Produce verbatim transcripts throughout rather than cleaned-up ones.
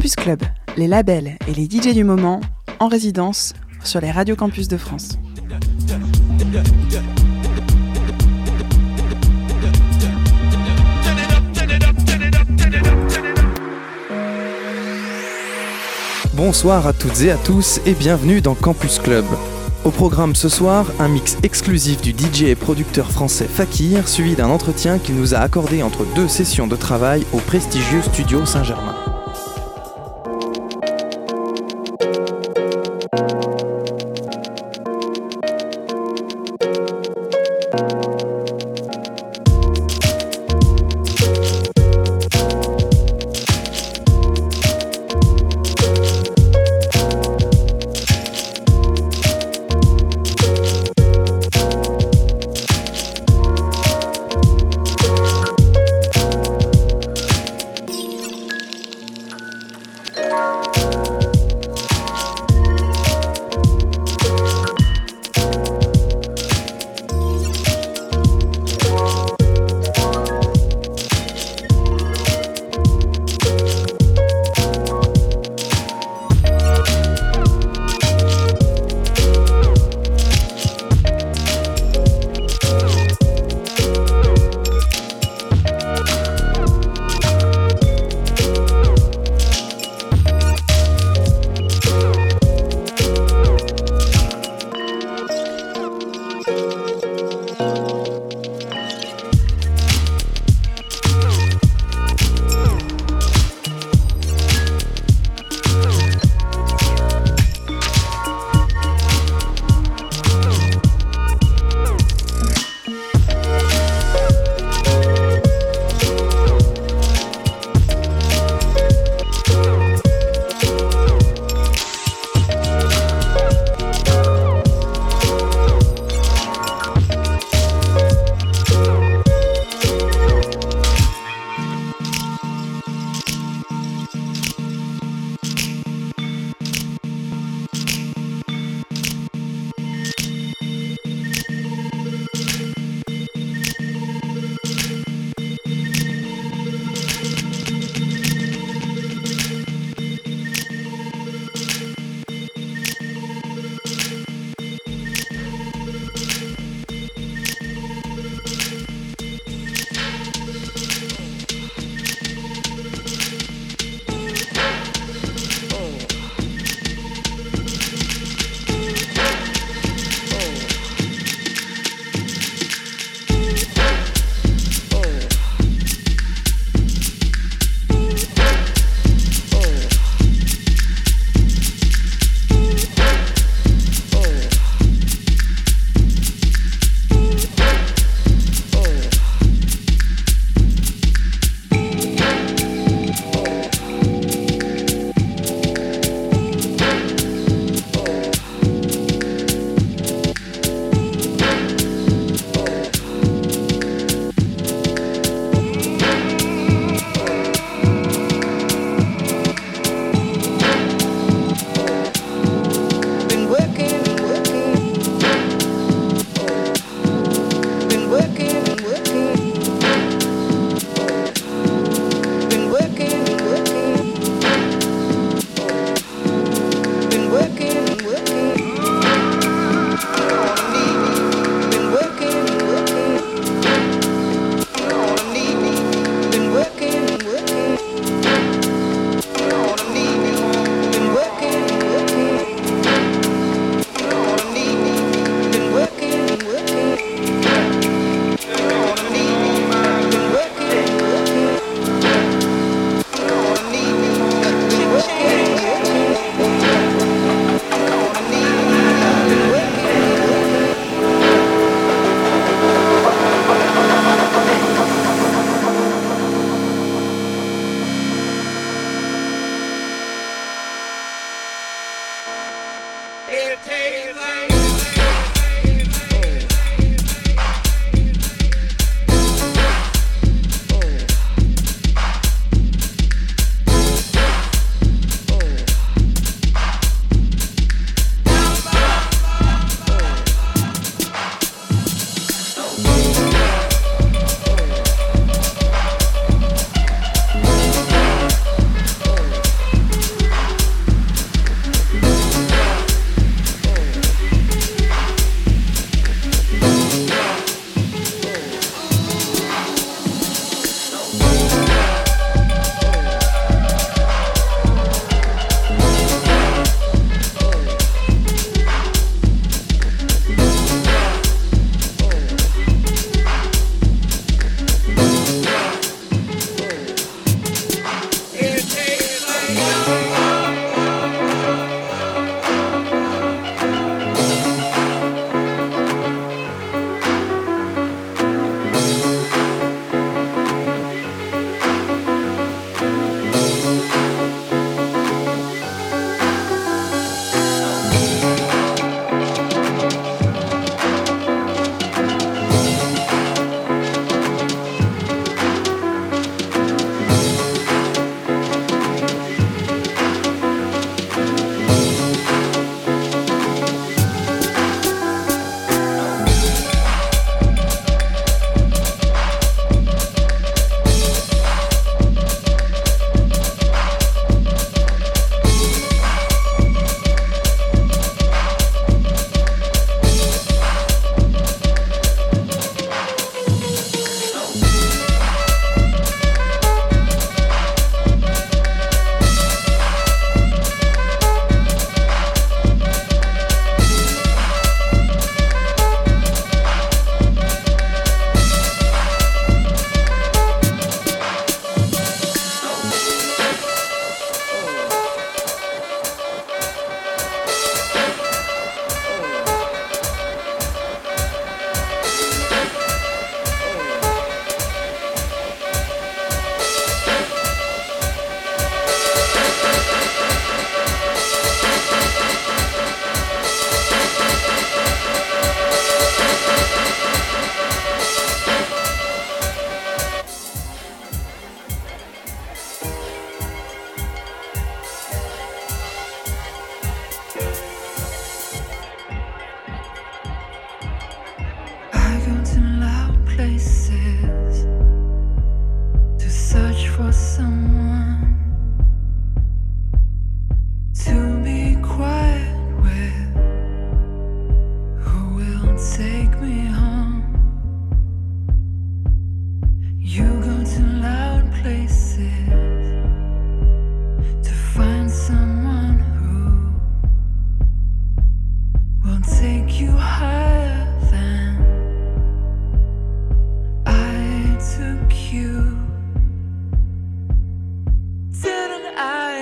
Campus Club, les labels et les D J du moment en résidence sur les radios campus de France. Bonsoir à toutes et à tous et bienvenue dans Campus Club. Au programme ce soir, un mix exclusif du D J et producteur français Fakir, suivi d'un entretien qu'il nous a accordé entre deux sessions de travail au prestigieux studio Saint-Germain.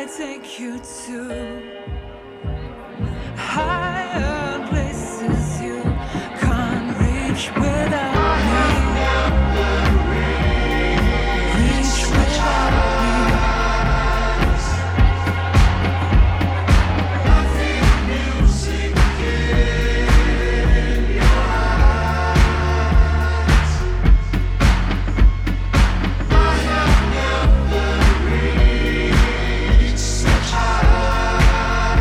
take you to higher places you can't reach without me. Reach without me. I feel music in your eyes. I have never reached such high.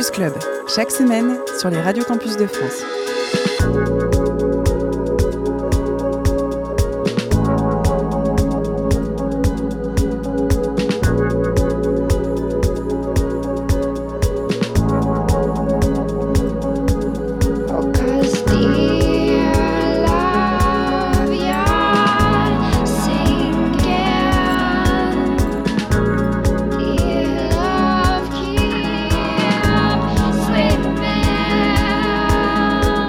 Campus Club, chaque semaine sur les radios campus de France. Sweet man.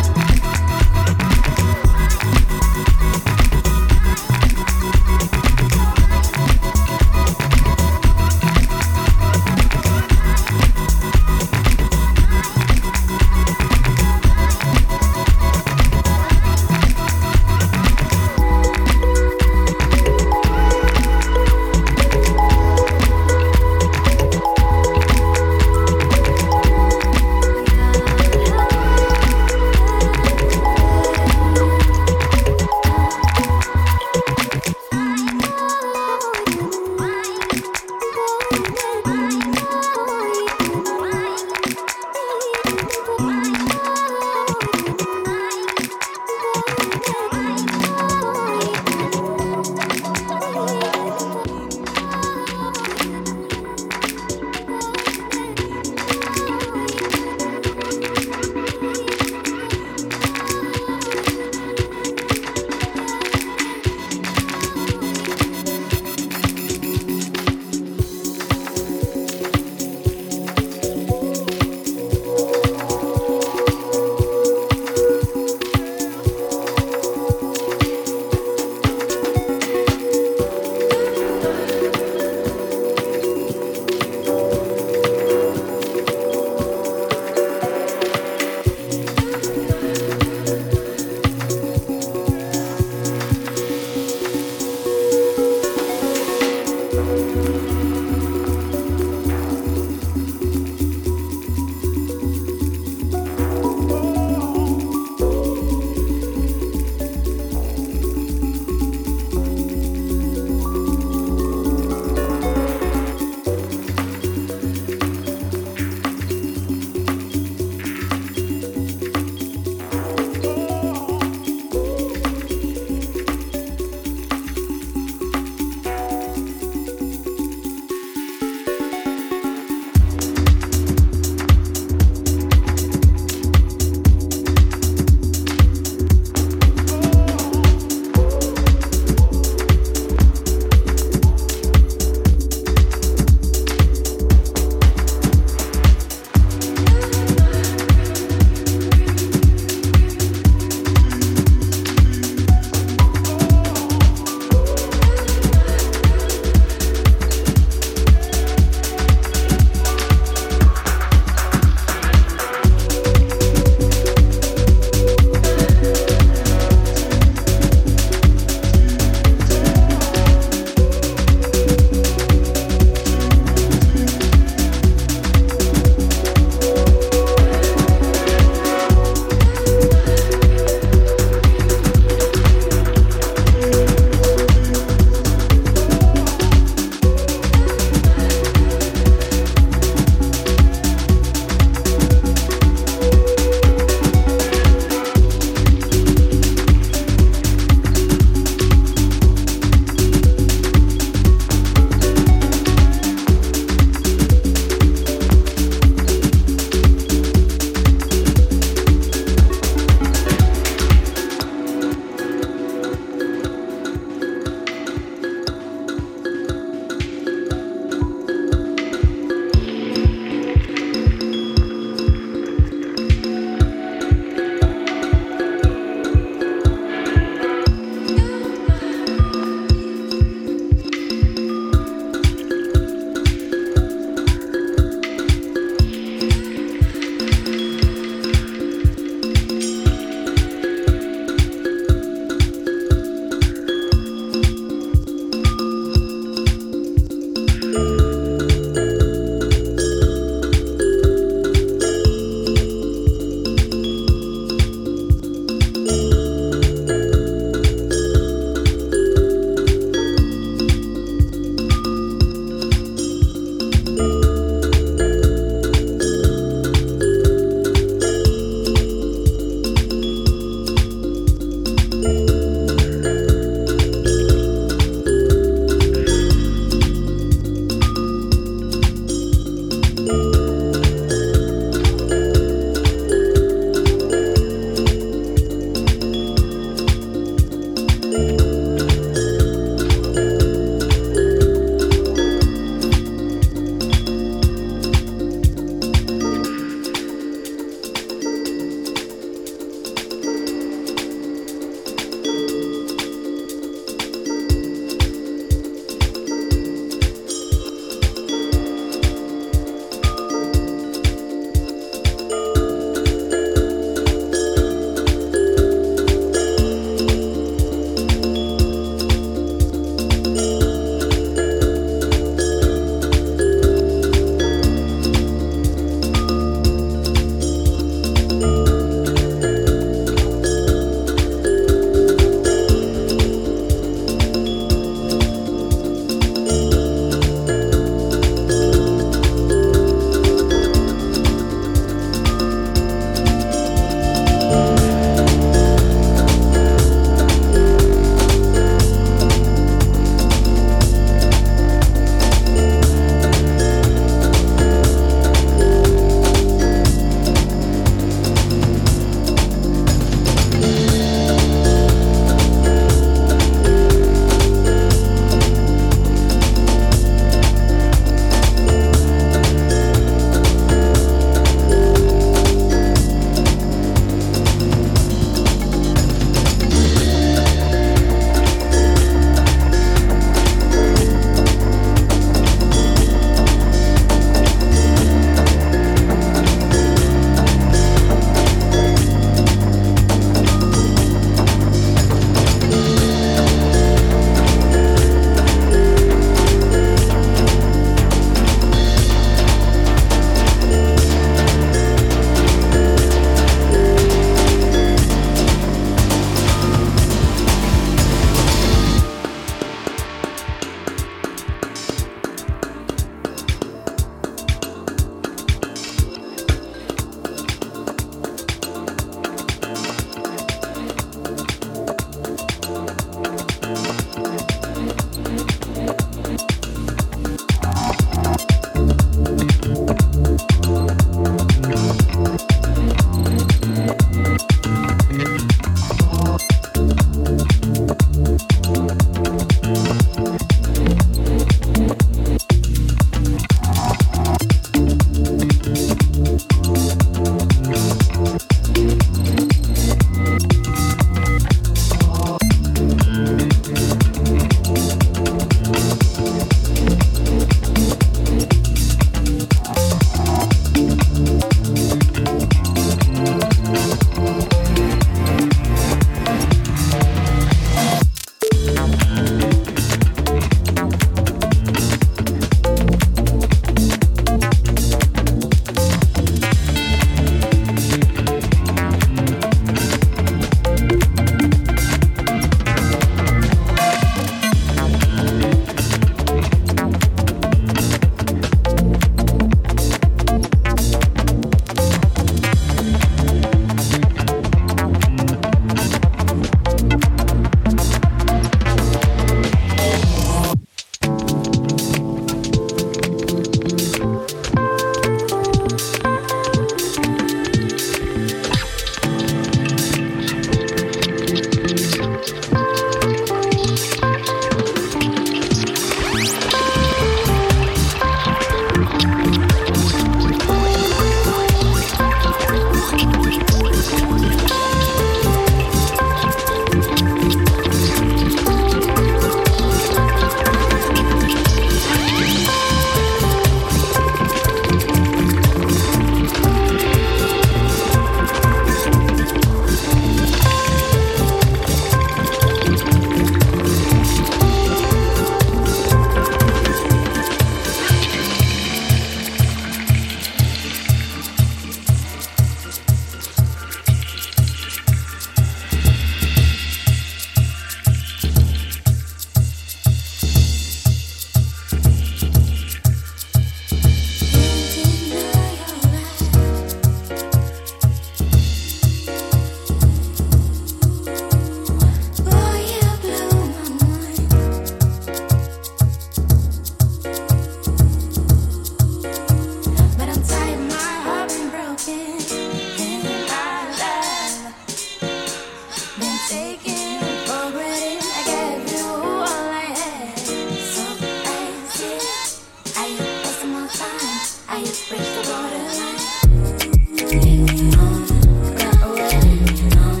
taking for granted. I gave you all I had. So that's it. Are you wasting my time? Are you break the borderline? You know, got away, you know.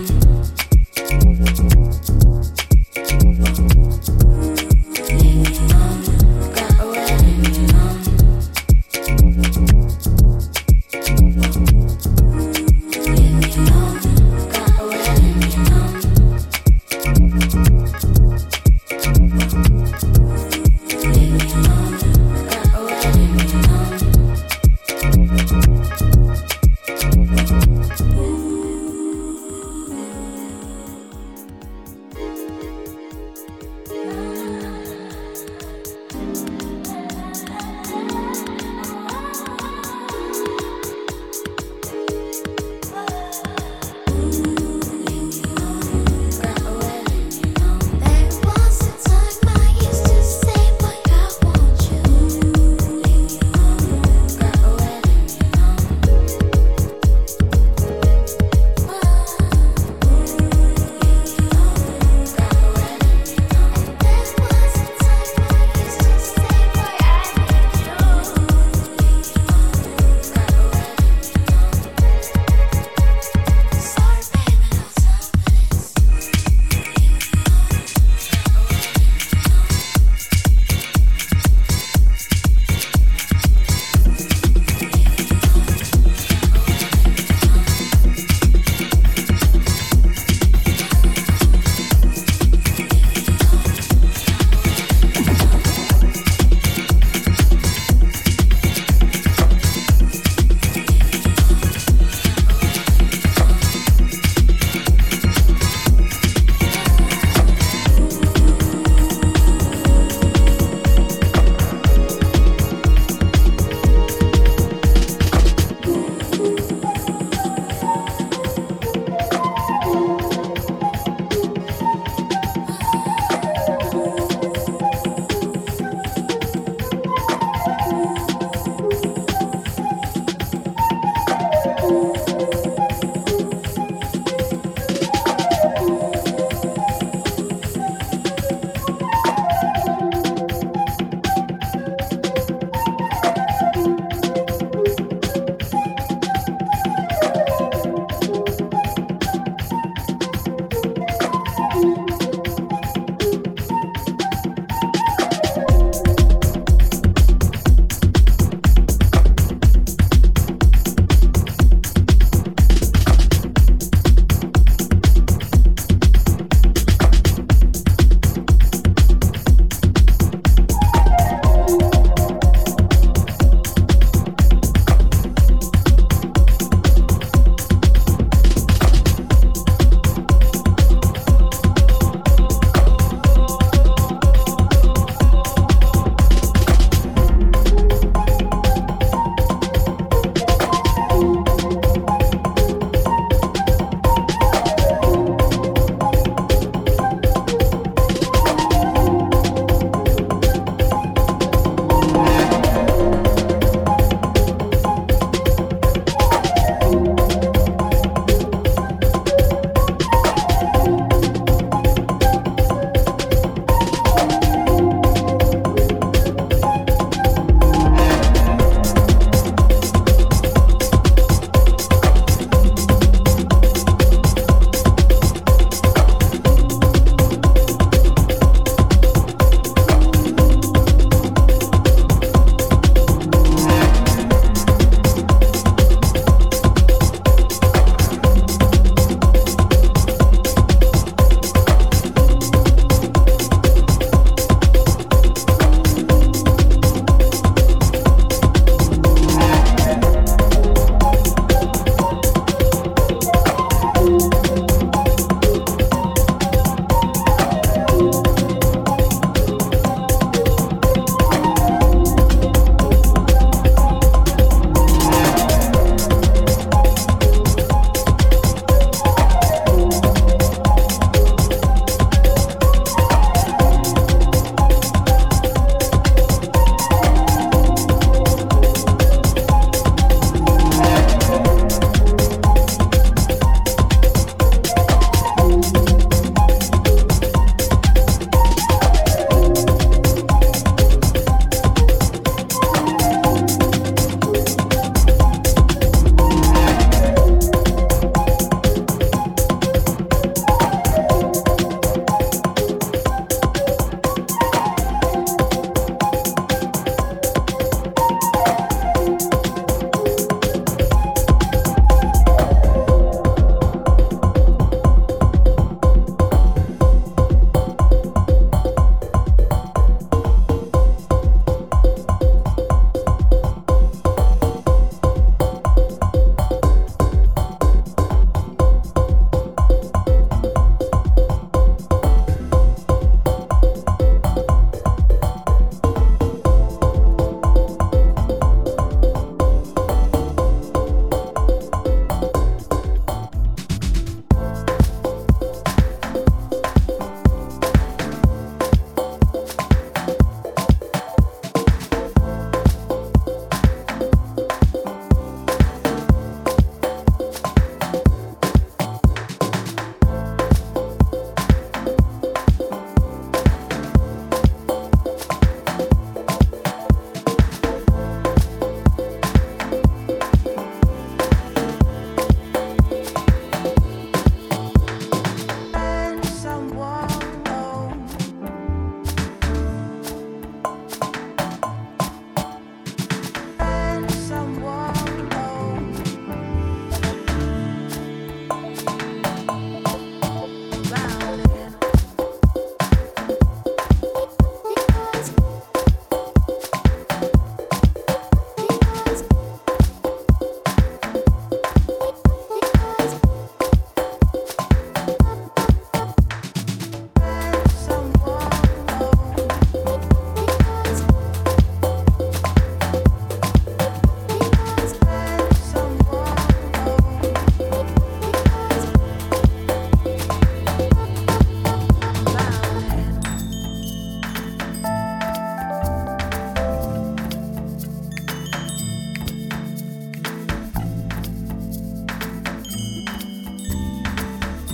You know, got away, you know. You know, got away, you know.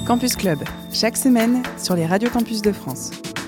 Campus Club, chaque semaine sur les radios campus de France.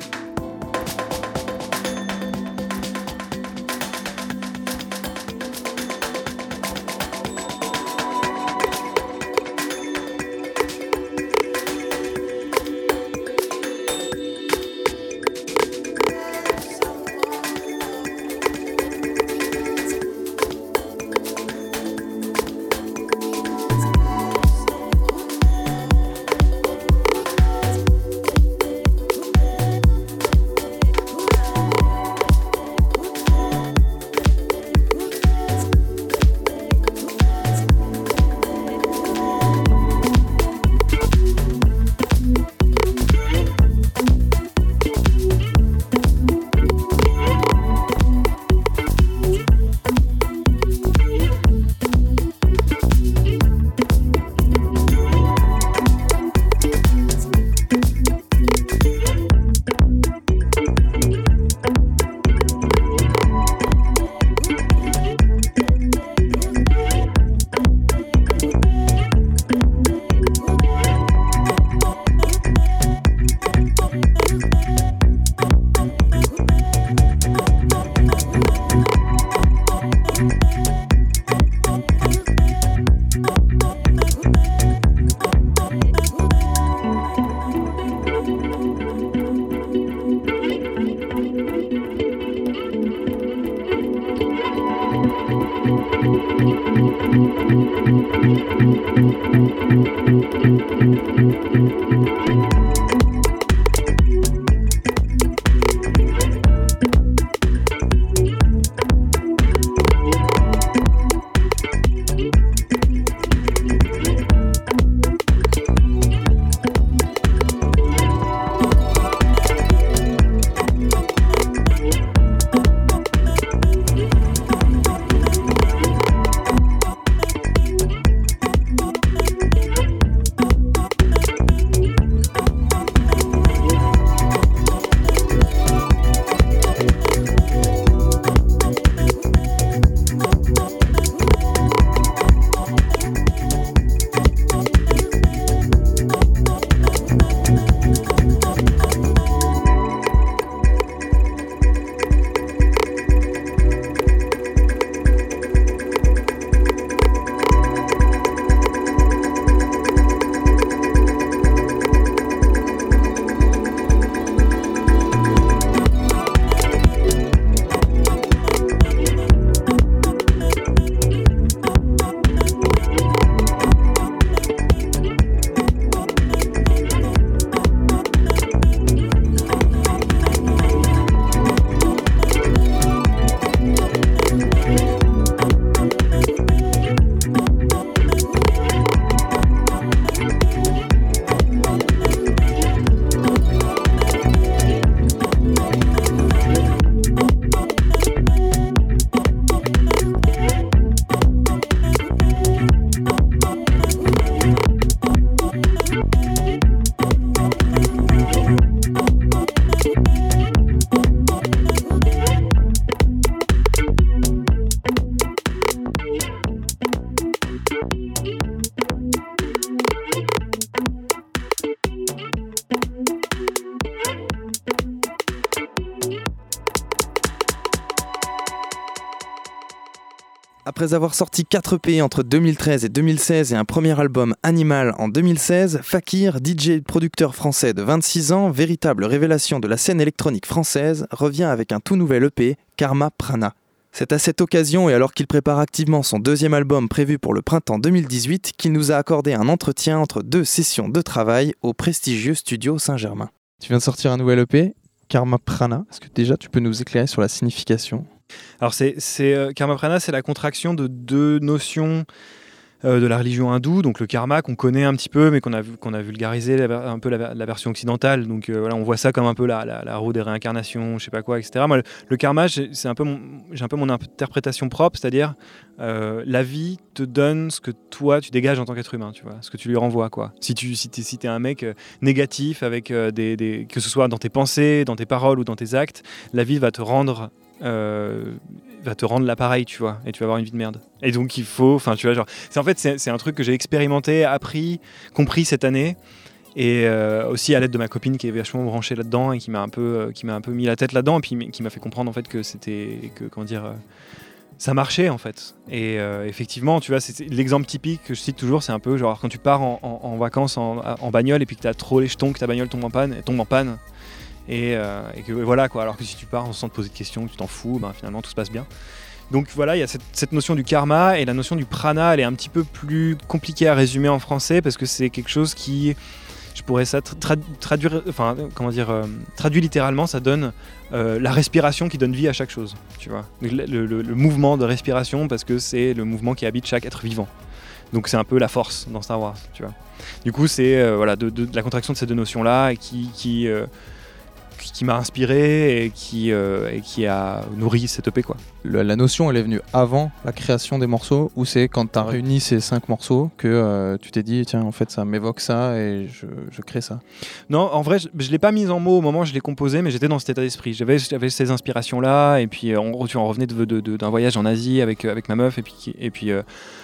Après avoir sorti quatre E P entre deux mille treize et deux mille seize et un premier album Animal en deux mille seize, Fakir, D J producteur français de vingt-six ans, véritable révélation de la scène électronique française, revient avec un tout nouvel E P, Karma Prana. C'est à cette occasion et alors qu'il prépare activement son deuxième album prévu pour le printemps deux mille dix-huit qu'il nous a accordé un entretien entre deux sessions de travail au prestigieux studio Saint-Germain. Tu viens de sortir un nouvel E P, Karma Prana. Est-ce que déjà tu peux nous éclairer sur la signification ? Alors, c'est, c'est, euh, Karma Prana, c'est la contraction de deux notions euh, de la religion hindoue, donc le karma qu'on connaît un petit peu, mais qu'on a, qu'on a vulgarisé la, un peu la, la version occidentale. Donc euh, voilà, on voit ça comme un peu la, la, la roue des réincarnations, je sais pas quoi, et cetera. Moi, le, le karma, j'ai, c'est un peu mon, j'ai un peu mon interprétation propre, c'est-à-dire euh, la vie te donne ce que toi tu dégages en tant qu'être humain, tu vois, ce que tu lui renvoies, quoi. Si tu si t'es, si t'es un mec euh, négatif, avec euh, des, des, que ce soit dans tes pensées, dans tes paroles ou dans tes actes, la vie va te rendre Euh, va te rendre l'appareil, tu vois, et tu vas avoir une vie de merde. Et donc il faut, enfin tu vois, genre, c'est en fait c'est, c'est un truc que j'ai expérimenté, appris, compris cette année, Et euh, aussi à l'aide de ma copine qui est vachement branchée là-dedans et qui m'a un peu, euh, qui m'a un peu mis la tête là-dedans et puis m- qui m'a fait comprendre en fait que c'était, que comment dire, euh, ça marchait en fait. Et euh, effectivement, tu vois, c'est, c'est l'exemple typique que je cite toujours, c'est un peu genre quand tu pars en, en- en vacances en, en bagnole et puis que t'as trop les jetons, que ta bagnole tombe en panne, tombe en panne. Et, euh, et que voilà quoi. Alors que si tu pars sans te poser de questions, que tu t'en fous, ben, finalement tout se passe bien. Donc voilà, il y a cette, cette notion du karma et la notion du prana, elle est un petit peu plus compliquée à résumer en français parce que c'est quelque chose qui, je pourrais ça tra- traduire, enfin comment dire, euh, traduit littéralement, ça donne euh, la respiration qui donne vie à chaque chose, tu vois. Le, le- le- le mouvement de respiration parce que c'est le mouvement qui habite chaque être vivant. Donc c'est un peu la force dans Star Wars, tu vois. Du coup, c'est euh, voilà de, de- de la contraction de ces deux notions-là et qui, qui euh, qui qui m'a inspiré et qui, euh, et qui a nourri cette E P quoi. Le- la notion, elle est venue avant la création des morceaux ou c'est quand tu as réuni ces cinq morceaux que euh, tu t'es dit tiens en fait ça m'évoque ça et je, je crée ça? Non, en vrai, je ne l'ai pas mis en mots au moment où je l'ai composé, mais j'étais dans cet état d'esprit. J'avais, j'avais ces inspirations-là, et puis euh, en gros, tu en revenais de, de- de- d'un voyage en Asie avec, euh, avec ma meuf, et puis, qui- et puis euh,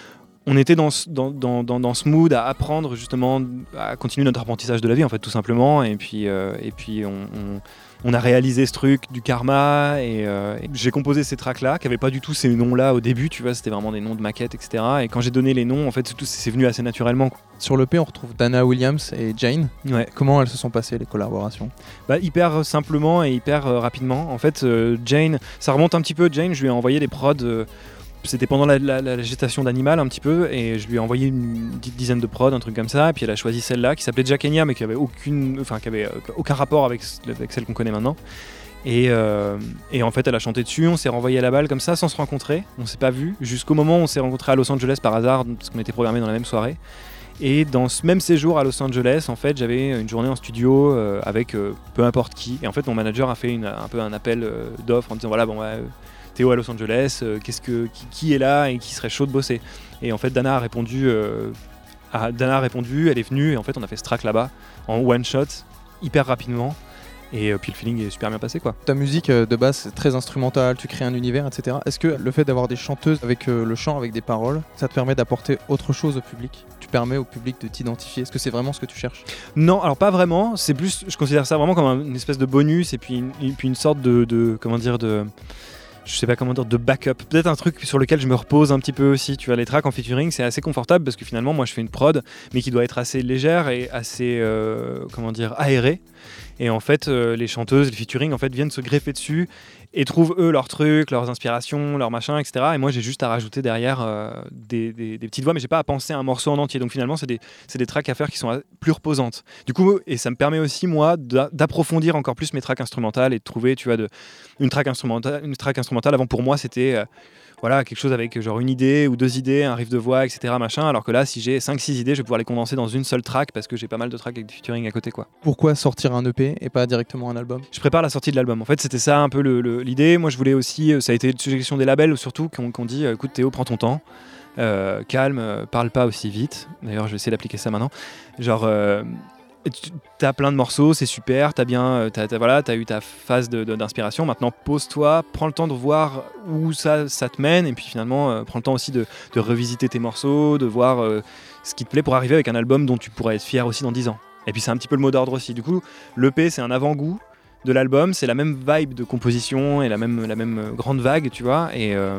on était dans ce, dans, dans, dans, dans ce mood à apprendre justement, à continuer notre apprentissage de la vie, en fait, tout simplement, et puis, euh, et puis on, on, on a réalisé ce truc du karma, et, euh, et j'ai composé ces tracks-là, qui n'avaient pas du tout ces noms-là au début, tu vois, c'était vraiment des noms de maquettes, et cetera. Et quand j'ai donné les noms, en fait, c'est, tout, c'est venu assez naturellement, quoi. Sur l'E P, on retrouve Dana Williams et Jane. Ouais. Comment elles se sont passées les collaborations? Bah, hyper simplement et hyper euh, rapidement. En fait, euh, Jane, ça remonte un petit peu. Jane, je lui ai envoyé des prods. euh, c'était pendant la, la- la gestation d'Animal un petit peu, et je lui ai envoyé une petite dizaine de prods, un truc comme ça. Et puis elle a choisi celle-là qui s'appelait Jack Enya, mais qui avait aucune, enfin qui avait euh, aucun rapport avec, avec celle qu'on connaît maintenant. Et, euh, et en fait, elle a chanté dessus. On s'est renvoyé à la balle comme ça, sans se rencontrer. On s'est pas vu jusqu'au moment où on s'est rencontrés à Los Angeles par hasard, parce qu'on était programmés dans la même soirée. Et dans ce même séjour à Los Angeles, en fait, j'avais une journée en studio euh, avec euh, peu importe qui. Et en fait, mon manager a fait une- un peu un appel euh, d'offres en disant voilà, bon, ouais, Théo à Los Angeles, euh, qu'est-ce que, qui, qui est là et qui serait chaud de bosser. Et en fait, Dana a répondu, euh, à- Dana a répondu, elle est venue, et en fait, on a fait ce track là-bas en one shot, hyper rapidement. Et euh, puis le feeling est super bien passé, quoi. Ta musique euh, de base c'est très instrumentale, tu crées un univers, et cetera. Est-ce que le fait d'avoir des chanteuses avec euh, le chant, avec des paroles, ça te permet d'apporter autre chose au public? Tu permets au public de t'identifier? Est-ce que c'est vraiment ce que tu cherches? Non, alors pas vraiment. C'est plus, je considère ça vraiment comme un- une espèce de bonus et puis une, et puis une sorte de, de, comment dire, de, je sais pas comment dire, de backup. Peut-être un truc sur lequel je me repose un petit peu aussi. Tu vois, les tracks en featuring, c'est assez confortable parce que finalement, moi, je fais une prod, mais qui doit être assez légère et assez, euh, comment dire, aérée. Et en fait, euh, les chanteuses, les featuring, en fait, viennent se greffer dessus et trouvent eux leurs trucs, leurs inspirations, leurs machins, et cetera. Et moi, j'ai juste à rajouter derrière euh, des, des- des petites voix, mais j'ai pas à penser à un morceau en entier. Donc finalement, c'est des, c'est des tracks à faire qui sont euh, plus reposantes. Du coup, et ça me permet aussi moi d'a- d'approfondir encore plus mes tracks instrumentales et de trouver, tu vois, de, une track instrumentale. Une track instrumentale. Avant, pour moi, c'était euh, voilà, quelque chose avec genre une idée ou deux idées, un riff de voix, et cetera. Machin. Alors que là, si j'ai cinq six idées, je vais pouvoir les condenser dans une seule track parce que j'ai pas mal de tracks avec du featuring à côté, quoi. Pourquoi sortir un E P et pas directement un album? Je prépare la sortie de l'album. En fait, c'était ça un peu le- le- l'idée. Moi, je voulais aussi, euh, ça a été une suggestion des labels surtout, qui ont, qui ont dit euh, écoute, Théo, prends ton temps, euh, calme, euh, parle pas aussi vite. D'ailleurs, je vais essayer d'appliquer ça maintenant. Genre, euh, tu- t'as plein de morceaux, c'est super, t'as bien, euh, t'as, t'as- voilà, t'as eu ta phase de- de- d'inspiration. Maintenant, pose-toi, prends le temps de voir où ça, ça te mène, et puis finalement, euh, prends le temps aussi de, de revisiter tes morceaux, de voir euh, ce qui te plaît pour arriver avec un album dont tu pourrais être fier aussi dans dix ans. Et puis c'est un petit peu le mot d'ordre aussi. Du coup, l'E P, c'est un avant-goût de l'album, c'est la même vibe de composition et la même, la même euh, grande vague, tu vois. Et, euh,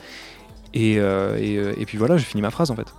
et, euh, et, euh, et puis voilà, j'ai fini ma phrase en fait.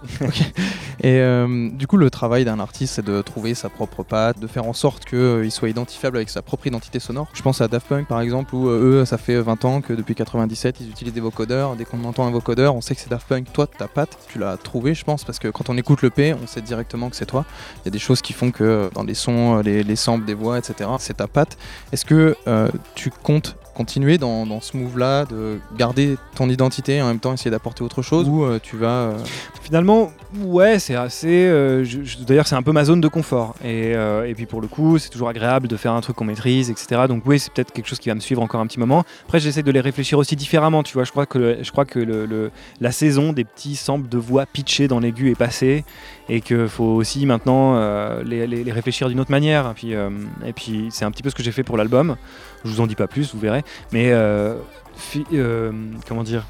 Et euh, du coup, le travail d'un artiste, c'est de trouver sa propre patte, de faire en sorte qu'il soit identifiable avec sa propre identité sonore. Je pense à Daft Punk par exemple, où euh, eux, ça fait vingt ans que depuis quatre-vingt-dix-sept, ils utilisent des vocodeurs. Dès qu'on entend un vocodeur, on sait que c'est Daft Punk. Toi, ta patte, tu l'as trouvée, je pense, parce que quand on écoute le P, on sait directement que c'est toi. Il y a des choses qui font que dans les sons, les, les samples des voix, et cetera, c'est ta patte. Est-ce que euh, tu comptes continuer dans, dans ce move-là, de garder ton identité et en même temps essayer d'apporter autre chose, ou euh, tu vas... euh, Finalement, ouais, c'est assez. euh, je- je- D'ailleurs, c'est un peu ma zone de confort. Et, euh, et puis pour le coup, c'est toujours agréable de faire un truc qu'on maîtrise, et cetera. Donc oui, c'est peut-être quelque chose qui va me suivre encore un petit moment. Après, j'essaie de les réfléchir aussi différemment. Tu vois, je crois que, le- je crois que le, le- la saison des petits samples de voix pitchées dans l'aigu est passée, et qu'il faut aussi maintenant euh, les, les- les réfléchir d'une autre manière. Et puis, euh, et puis c'est un petit peu ce que j'ai fait pour l'album. Je vous en dis pas plus, vous verrez. Mais euh, fi- euh, comment dire?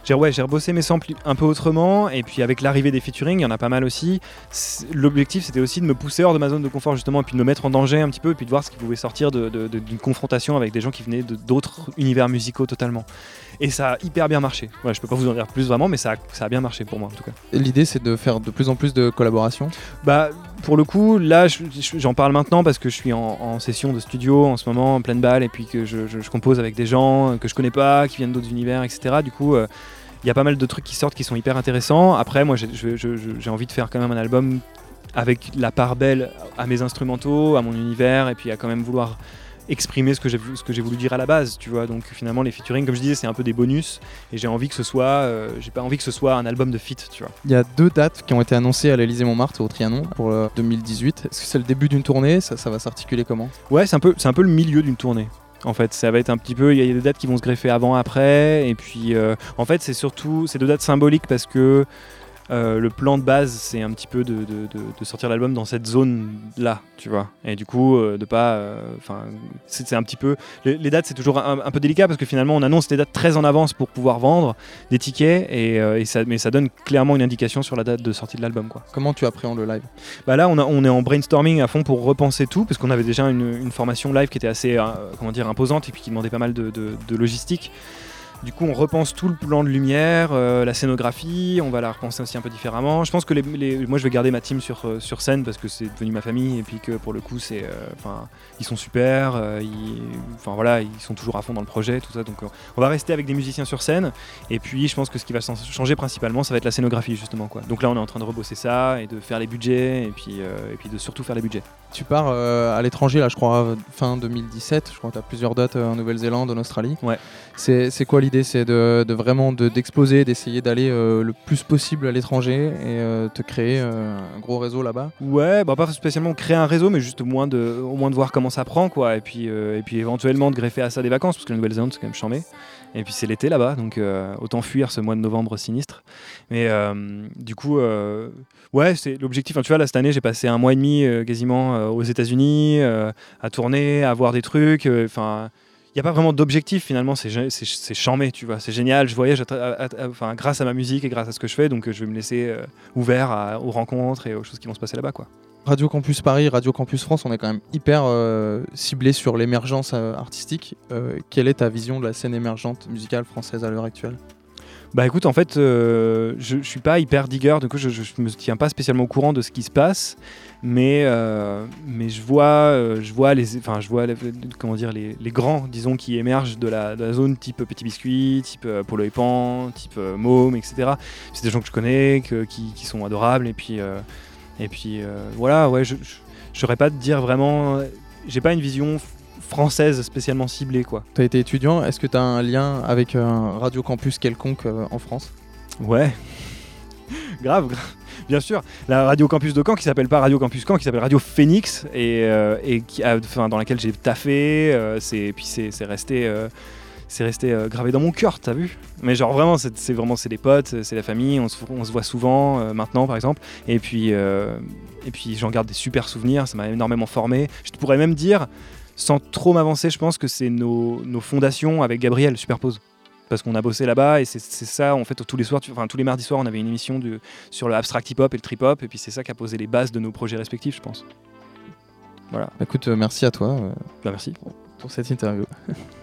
J'ai, ouais, j'ai rebossé mes samples un peu autrement, et puis avec l'arrivée des featuring, il y en a pas mal aussi. C'est- L'objectif, c'était aussi de me pousser hors de ma zone de confort, justement, et puis de me mettre en danger un petit peu, et puis de voir ce qui pouvait sortir de, de- de- d'une confrontation avec des gens qui venaient de, d'autres univers musicaux totalement. Et ça a hyper bien marché. Ouais, je peux pas vous en dire plus vraiment, mais ça a, ça a bien marché pour moi en tout cas. L'idée, c'est de faire de plus en plus de collaborations. Bah, pour le coup, là, je- je- j'en parle maintenant parce que je suis en, en session de studio en ce moment, en pleine balle, et puis que je, je- je compose avec des gens que je connais pas, qui viennent d'autres univers, et cetera. Du coup, euh, il y a pas mal de trucs qui sortent qui sont hyper intéressants. Après, moi, j'ai je- je- je- j'ai envie de faire quand même un album avec la part belle à mes instrumentaux, à mon univers, et puis à quand même vouloir exprimer ce que j'ai ce que j'ai voulu dire à la base, tu vois. Donc finalement, les featuring, comme je disais, c'est un peu des bonus, et j'ai envie que ce soit, euh, j'ai pas envie que ce soit un album de feat, tu vois. Il y a deux dates qui ont été annoncées à l'Élysée-Montmartre au Trianon pour euh, deux mille dix-huit. Est-ce que c'est le début d'une tournée? ça, ça va s'articuler comment? Ouais, c'est un peu, c'est un peu le milieu d'une tournée. En fait, ça va être un petit peu. Il y a des dates qui vont se greffer avant, après, et puis euh, en fait, c'est surtout ces deux dates symboliques parce que euh, le plan de base, c'est un petit peu de, de- de- de sortir l'album dans cette zone-là, tu vois. Et du coup, euh, de pas. Enfin, c'est c'est un petit peu. Les, les dates, c'est toujours un, un peu délicat parce que finalement, on annonce les dates très en avance pour pouvoir vendre des tickets, et, euh, et ça, mais ça donne clairement une indication sur la date de sortie de l'album, quoi. Comment tu appréhendes le live? Bah là, on, a- on est en brainstorming à fond pour repenser tout, parce qu'on avait déjà une, une formation live qui était assez euh, comment dire, imposante et puis qui demandait pas mal de, de- de logistique. Du coup, on repense tout le plan de lumière, euh, la scénographie, on va la repenser aussi un peu différemment. Je pense que les, les- moi, je vais garder ma team sur, euh, sur scène parce que c'est devenu ma famille, et puis que pour le coup, c'est, euh, enfin, ils sont super, euh, ils, enfin voilà, ils sont toujours à fond dans le projet, tout ça. Donc, euh, on va rester avec des musiciens sur scène. Et puis, je pense que ce qui va s'en- changer principalement, ça va être la scénographie, justement, quoi. Donc là, on est en train de rebosser ça et de faire les budgets, et puis, euh, et puis de surtout faire les budgets. Tu pars euh, à l'étranger, là, je crois, fin deux mille dix-sept. Je crois que tu as plusieurs dates euh, en Nouvelle-Zélande, en Australie. Ouais. C'est c'est quoi l'idée? C'est de, de vraiment de- d'exploser, d'essayer d'aller euh, le plus possible à l'étranger et euh, te créer euh, un gros réseau là-bas? Ouais, bah pas spécialement créer un réseau, mais juste au moins de, au moins de voir comment ça prend, quoi. Et puis, euh, et puis éventuellement de greffer à ça des vacances, parce que la Nouvelle-Zélande, c'est quand même chambé. Et puis c'est l'été là-bas, donc euh, autant fuir ce mois de novembre sinistre. Mais euh, du coup, euh, ouais, c'est l'objectif. Enfin, tu vois, là, cette année, j'ai passé un mois et demi euh, quasiment euh, aux États-Unis, euh, à tourner, à voir des trucs. Enfin, il n'y a pas vraiment d'objectif finalement, c'est gé- c'est c'est chambé, tu vois, c'est génial. Je voyage à tra- à- à- enfin, grâce à ma musique et grâce à ce que je fais, donc euh, je vais me laisser euh, ouvert à- aux rencontres et aux choses qui vont se passer là-bas, quoi. Radio Campus Paris, Radio Campus France, on est quand même hyper euh, ciblé sur l'émergence euh, artistique. Euh, quelle est ta vision de la scène émergente musicale française à l'heure actuelle? Bah écoute, en fait, euh, je, je suis pas hyper digger, du coup je, je, je me tiens pas spécialement au courant de ce qui se passe, mais, euh, mais je vois, euh, je vois les, enfin je vois les, comment dire les, les grands, disons, qui émergent de la, de la zone type Petit Biscuit, type euh, Polo et Pan, type euh, Môme, et cetera. C'est des gens que je connais, que, qui, qui sont adorables, et puis euh, et puis euh, voilà, ouais, je, je, je saurais pas te dire vraiment, j'ai pas une vision française spécialement ciblée, quoi. Tu as été étudiant, est-ce que tu as un lien avec un Radio Campus quelconque euh, en France? Ouais, grave, grave. Bien sûr, la Radio Campus de Caen qui s'appelle pas Radio Campus Caen, qui s'appelle Radio Phoenix, et, euh, et qui a, enfin, dans laquelle j'ai taffé, euh, c'est, et puis c'est, c'est resté, euh, c'est resté euh, gravé dans mon cœur, t'as vu? Mais genre vraiment, c'est, c'est vraiment c'est des potes, c'est la famille, on se, on se voit souvent euh, maintenant par exemple, et puis, euh, et puis j'en garde des super souvenirs, ça m'a énormément formé. Je te pourrais même dire, sans trop m'avancer, je pense que c'est nos, nos fondations avec Gabriel Superpose. Parce qu'on a bossé là-bas, et c'est, c'est ça, en fait, tous les soirs, tu- enfin tous les mardis soirs, on avait une émission de, sur le abstract hip-hop et le trip-hop, et puis c'est ça qui a posé les bases de nos projets respectifs, je pense. Voilà, Écoute, euh, merci à toi euh, bah merci. pour cette interview.